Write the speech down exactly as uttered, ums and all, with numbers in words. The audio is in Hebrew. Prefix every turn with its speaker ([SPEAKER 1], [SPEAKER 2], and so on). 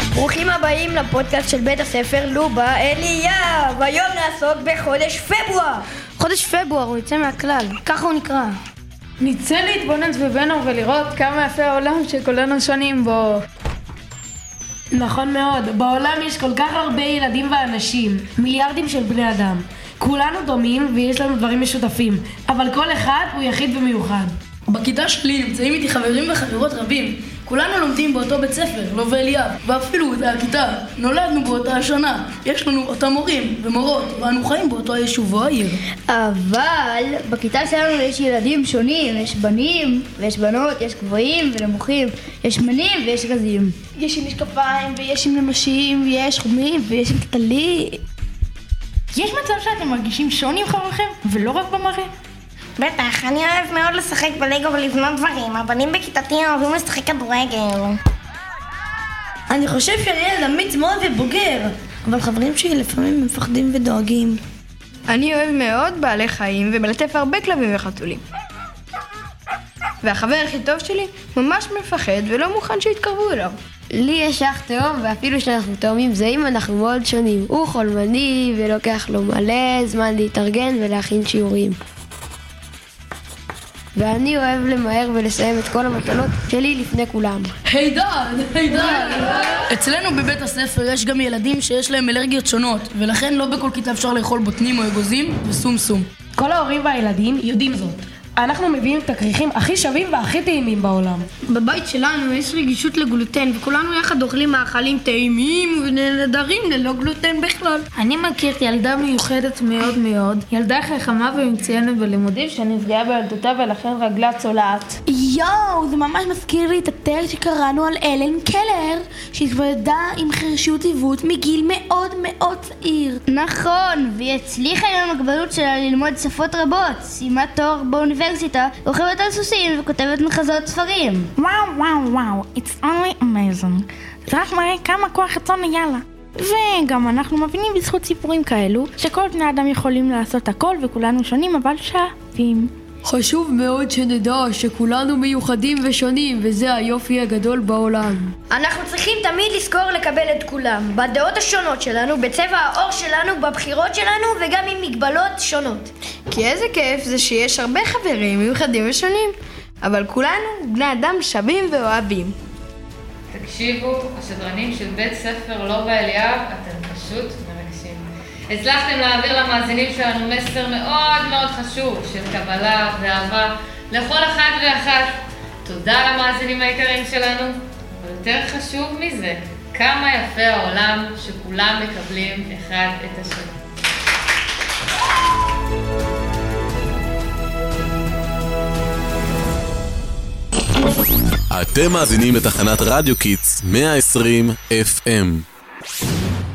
[SPEAKER 1] ברוכים הבאים לפודקאסט של בית הספר לובה אליאב. היום נעסוק בחודש פברואר. חודש פברואר הוא יוצא מהכלל, ככה הוא נקרא.
[SPEAKER 2] נצא להתבונן סביבנו ולראות כמה יפה העולם שכולנו שונים בו. נכון מאוד, בעולם יש כל כך הרבה ילדים ואנשים, מיליארדים של בני אדם. כולנו דומים ויש לנו דברים משותפים, אבל כל אחד הוא יחיד ומיוחד.
[SPEAKER 3] בכיתה שלי נמצאים איתי חברים וחברות רבים. כולנו לומדים באותו בית ספר, לובה אליאב, ואפילו את הכיתה. נולדנו באותה השנה, יש לנו אותם מורים ומורות, ואנו חיים באותו היישוב או העיר.
[SPEAKER 1] אבל בכיתה שלנו יש ילדים שונים, יש בנים ויש בנות, יש גבוהים ונמוכים, יש שמנים ויש רזים. יש עם משקפיים ויש עם נמשים ויש חומים ויש עם קטלי.
[SPEAKER 2] יש מצב שאתם מרגישים שוני עם חברכם ולא רק במראה?
[SPEAKER 4] בטח, אני אוהב מאוד לשחק בלגו ולבנות דברים. הבנים בכיתתי אוהבים לשחק כדורגל.
[SPEAKER 1] אני חושב שאני ילד אמיץ מאוד ובוגר, אבל חברים שלי לפעמים מפחדים ודואגים.
[SPEAKER 5] אני אוהב מאוד בעלי חיים ומלטף הרבה כלבים וחתולים. והחבר הכי טוב שלי ממש מפחד ולא מוכן שיתקרבו אליו.
[SPEAKER 6] לי יש אח תאום, ואפילו שאנחנו תאומים זהים אנחנו מאוד שונים. הוא חולמני ולוקח לו מלא זמן להתארגן ולהכין שיעורים. ואני אוהב למהר ולסיים את כל המטלות שלי לפני כולם.
[SPEAKER 3] הידד, הידד. אצלנו בבית הספר יש גם ילדים שיש להם אלרגיות שונות, ולכן לא בכל כיתה אפשר לאכול בוטנים או אגוזים וסום סום.
[SPEAKER 2] כל ההורים והילדים יודעים זאת. אנחנו מביאים את הכריכים הכי שווים והכי טעימים בעולם.
[SPEAKER 1] בבית שלנו יש רגישות לגלוטן, וכולנו יחד אוכלים מאכלים טעימים ונהדרים ללא גלוטן בכלל.
[SPEAKER 2] אני מכיר ילדה מיוחדת מאוד מאוד, ילדה חכמה ומצוינת בלימודים שנפגעה בילדותה ולכן רגלה צולעת.
[SPEAKER 7] יואו, זה ממש מזכיר לי את הטקסט שקראנו על אלן קלר, שהתמודדה עם חרשות עיוות מגיל מאוד מאוד צעיר.
[SPEAKER 8] נכון, והיא הצליחה עם המגבלות שלה ללמוד שפות רבות, סיימה תואר באוניברסיטה, רוכבת על סוסים וכותבת מחזות ספרים.
[SPEAKER 7] וואו וואו וואו, it's only amazing. זה רק מראה כמה כוח רצון היה לה. וגם אנחנו מבינים בזכות סיפורים כאלו שכל בני אדם יכולים לעשות הכל וכולנו שונים אבל שווים.
[SPEAKER 6] חשוב מאוד שנדע שכולנו מיוחדים ושונים, וזה היופי הגדול בעולם.
[SPEAKER 1] אנחנו צריכים תמיד לזכור לקבל את כולם, בדעות השונות שלנו, בצבע האור שלנו, בבחירות שלנו וגם עם מגבלות שונות.
[SPEAKER 5] כי איזה כיף זה שיש הרבה חברים מיוחדים ושונים, אבל כולנו בני אדם שווים ואוהבים.
[SPEAKER 9] תקשיבו, השדרנים של בית ספר לובה אליאב, אתם פשוט מרגשים. הצלחתם להעביר למאזינים שלנו מסר מאוד מאוד חשוב של קבלה ואהבה לכל אחד ואחת. תודה למאזינים היקרים שלנו, אבל יותר חשוב מזה, כמה יפה העולם שכולם מקבלים אחד את השני.
[SPEAKER 10] אתם מאזינים לתחנת רדיו קיטס מאה ועשרים אף אם.